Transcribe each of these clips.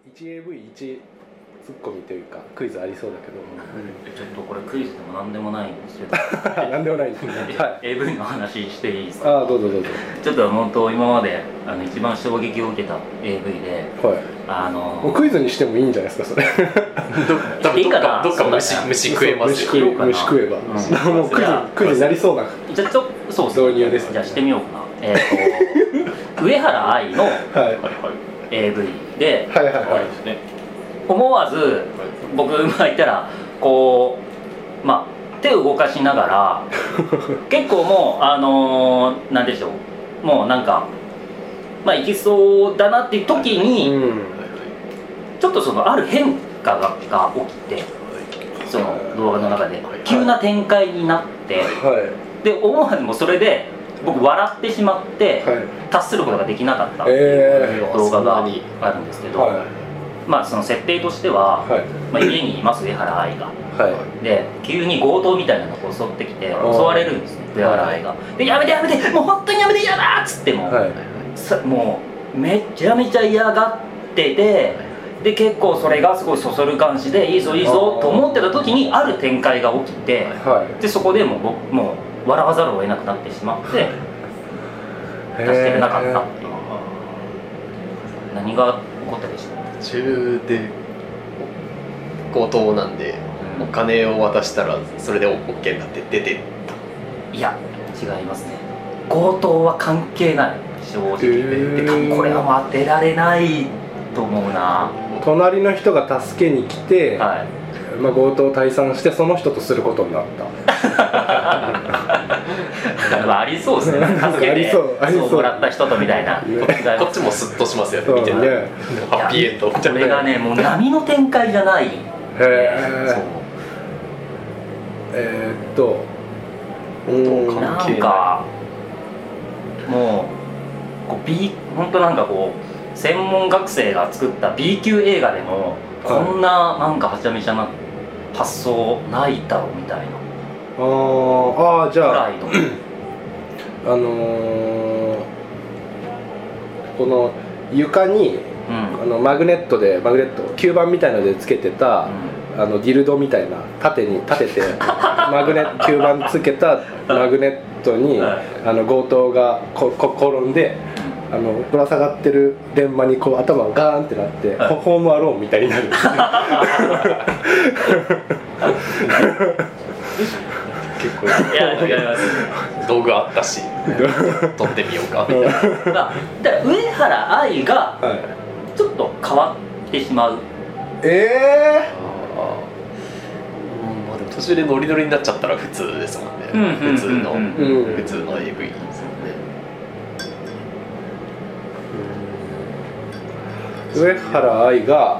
1AV1 ツッコミというかクイズありそうだけど、 ちょっとこれクイズでも何でもないんですけど何でもないんですね、はい、 AV の話していいですか？ ああ、どうぞどうぞ。 ちょっと本当今まで一番衝撃を受けた AV で、 はい、もうクイズにしてもいいんじゃないですかそれ多分どっか虫食えますよ。 虫食えば、もうクイズになりそうなじゃあそう導入です。 じゃあしてみようかな。上原愛の AV で、 はいはいはい、 思わず僕が言ったらこう手を動かしながら結構もうなんでしょう、もうなんかいきそうだなっていう時に、ちょっとそのある変化が起きて、その動画の中で急な展開になって、で思わずもそれで僕笑ってしまって達することができなかったっていう動画があるんですけど、その設定としては、家にいます上原愛が、で急に強盗みたいなのが襲ってきて襲われるんですね、上原愛が。でやめてやめて、もう本当にやめて、嫌だっつっても、もうめちゃめちゃ嫌がってて、で結構それがすごいそそる感じでいいぞいいぞと思ってた時にある展開が起きて、でそこでもう僕もう笑わざるを得なくなってしまって出してれなかったっていう。何が起こったでしょう？ 途中で強盗なんで、お金を渡したらそれで OK になって出てった。 いや違いますね。強盗は関係ない、正直。で多分これはもう当てられないと思うな。 隣の人が助けに来て、強盗を退散してその人とすることになったありそうですね。助けてそうもらった人とみたいな。 こっちもスッとしますよね、見てたら。ハッピーエンド。これがね、もう波の展開じゃない。なんかもう本当なんかこう専門学生が作った B 級映画でもこんななんかはちゃめちゃな発想ないだろうみたいな。 じゃあこの床に、マグネット吸盤みたいなのでつけてた、ディルドみたいな縦に立てて吸盤つけたマグネットに強盗が転んで、ぶら下がってる電話にこう頭がガーンってなって、ホームアローンみたいになる結構道具あったし撮ってみようかみたいな。 上原愛がちょっと変わってしまう。 でも途中でノリノリになっちゃったら普通ですもんね。普通の AV ですよね。 上原愛が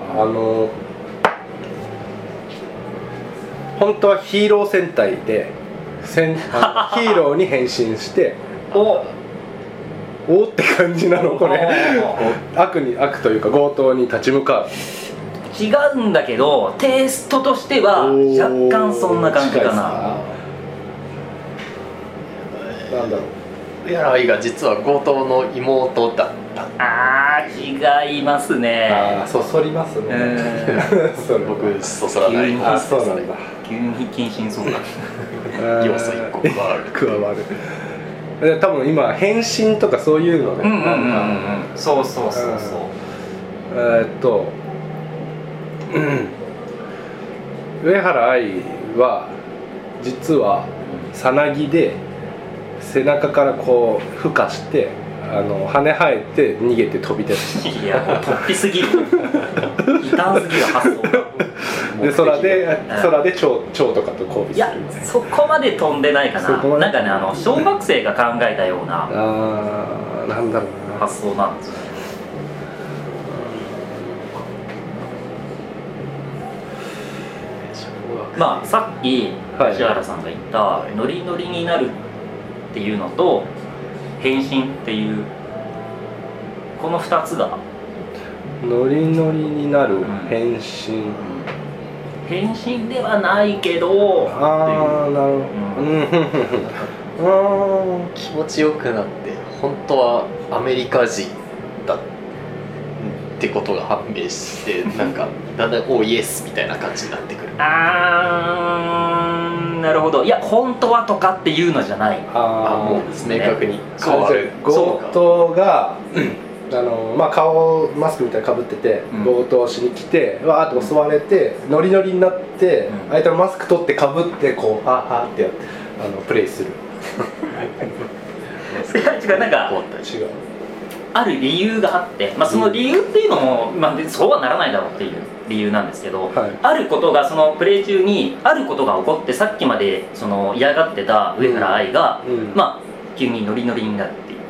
本当はヒーロー戦隊でヒーローに変身しておって感じなのこれ悪というか強盗に立ち向かう。 違うんだけどテイストとしては若干そんな感じかな。 なんだろう、 上原愛が実は強盗の妹だった。 違いますね。 そそりますね。 僕そそらない。 そうなんだ。 急に謹慎そうだ。 要素1個加わる。多分今変身とかそういうのね。 そう。 上原愛は実はさなぎで背中からこう孵化して羽生えて逃げて飛び出す。 いやもう突飛すぎる。異端すぎる発想が。 で空で蝶とかと交尾する。 いやそこまで飛んでないかな。なんかね小学生が考えたようななんだろうな発想なんですよね。さっき石原さんが言ったノリノリになるっていうのと変身っていうこの2つがノリノリになる変身、 変身ではないけどなるほど、 気持ちよくなって本当はアメリカ人だってことが判明してなんかだんだん「おイエス」みたいな感じになってくる。 なるほど。いや本当はとかっていうのじゃない。 もう明確に変わる。 強盗がまあ、顔マスクみたいなのかぶってて強盗しに来てわーっと襲われてノリノリになって相手のマスク取ってかぶってこうはーはーってやってプレイする。 いや違う、なんか違うある理由があって、まあ、その理由っていうのも、まあ、そうはならないだろうっていう理由なんですけど、 はい、 あることがそのプレイ中にあることが起こってさっきまでその嫌がってた上原愛が、まあ急にノリノリになるっていう。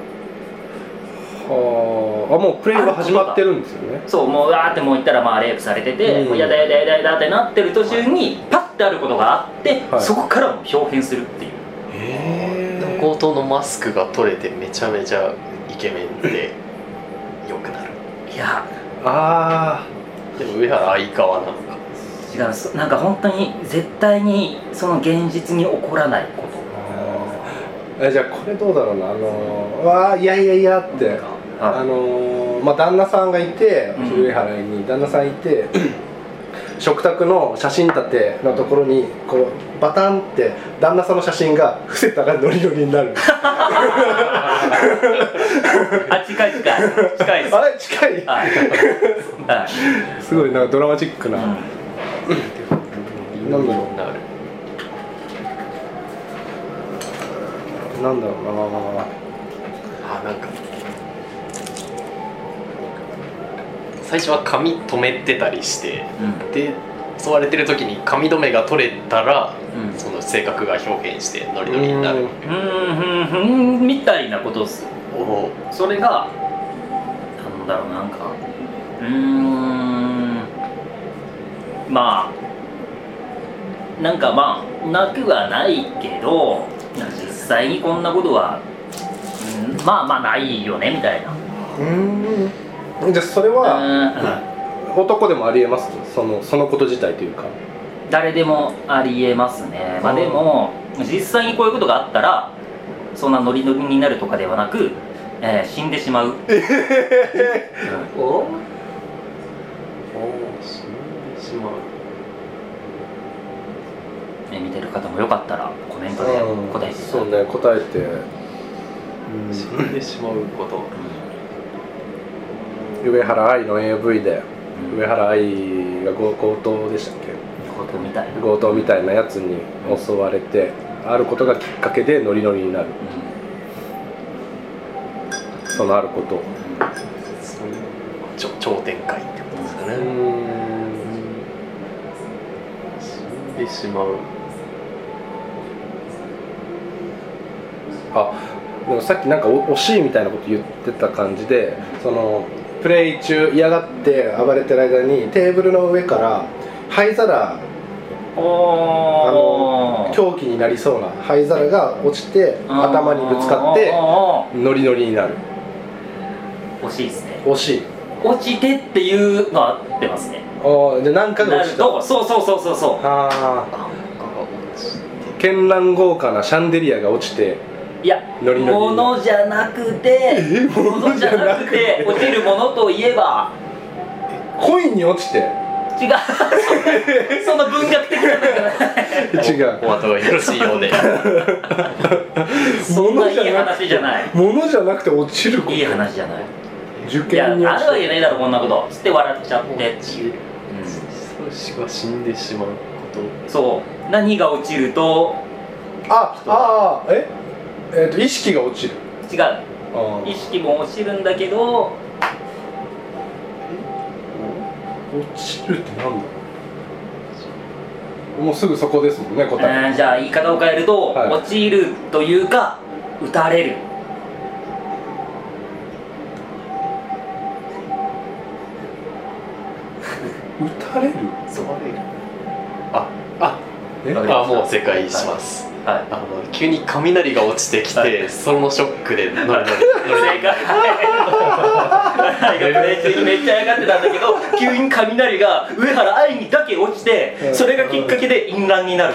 もうプレイが始まってるんですよね。 そうもうわーってもう言ったらまあレイプされてて、もうやだやだやだやだってなってる途中にパッてあることがあって、そこからも表変するっていう。 強盗のマスクが取れてめちゃめちゃイケメンで良くなる。 いやでも上原相川なのか違う、なんか本当に絶対にその現実に起こらないこと。 じゃあこれどうだろうな、いやいやいやって、まあ旦那さんがいて、上原に旦那さんいて食卓の写真立てのところにこうバタンって旦那さんの写真が伏せたらノリノリになる。 近いです。 あれ近い。すごいなんかドラマチックな。なんだろうなんだろうな。 なんか最初は髪留めてたりして、で襲われてる時に髪留めが取れたら、その性格が表現してノリノリになるみたいなことです。それがなんだろう、なんかまあなんかまあなくはないけど実際にこんなことはまあまあないよねみたいな。 じゃあそれは男でもありえます？そのこと自体というか。 誰でもありえますね。まあでも実際にこういうことがあったらそんなノリノリになるとかではなく、死んでしまう。死んでしまう。 見てる方もよかったらコメントで答えて。 そうね、答えて。 死んでしまうこと。 上原愛の AV で、上原愛が強盗でしたっけ？強盗みたいなやつに襲われて、あることがきっかけでノリノリになる。そのあること。 超展開ってことですかね。死んでしまう。 でもさっきなんか惜しいみたいなこと言ってた感じで、そのプレイ中嫌がって暴れてる間にテーブルの上から灰皿、凶器になりそうな灰皿が落ちて頭にぶつかってノリノリになる。 惜しいですね。 惜しい。 落ちてっていうのは合ってますね。 で何かが落ちた。 そう。 絢爛豪華なシャンデリアが落ちて。 いや、物じゃなくて落ちるものといえばコインに落ちて。 違う。そんな文学的なのじゃない。 違う。 お後がよろしいようで。 そんないい話じゃない。 物じゃなくて落ちること。 いい話じゃない。 受験にあるわけないだろこんなことつって笑っちゃってっていう。 私が死んでしまうこと。 そう。何が落ちると意識が落ちる。 違う。意識も落ちるんだけど。 落ちるってなんだ。もうすぐそこですもんね、答え。 じゃあ言い方を変えると、落ちるというか打たれる。 打たれる。 もう正解します。急に雷が落ちてきて、そのショックで正解。プレイ中にめっちゃ嫌がってたんだけど、急に雷が上原愛にだけ落ちて、それがきっかけで淫乱になる。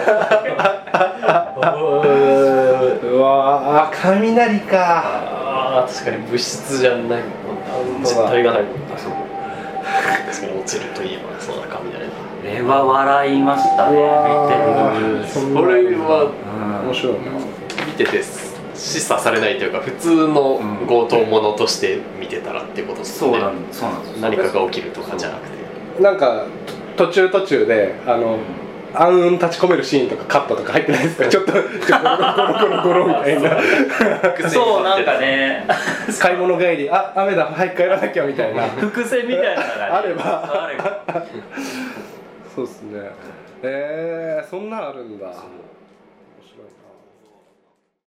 うわー、雷か。 確かに物質じゃないもんな、実体がないもんな。 確かに落ちるといえばそうだ雷だ。 これは笑いましたね、見てる。 これは面白いな。 見てて示唆されないというか普通の強盗ものとして見てたらっていうことですね。 そうなんですよ。 何かが起きるとかじゃなくて、 なんか途中で暗雲立ち込めるシーンとかカットとか入ってないですか？ちょっとゴロゴロみたいなそうなんかね買い物帰り雨だ早く帰らなきゃみたいな伏線みたいなのがあればあればそうっすね。そんなんあるんだ。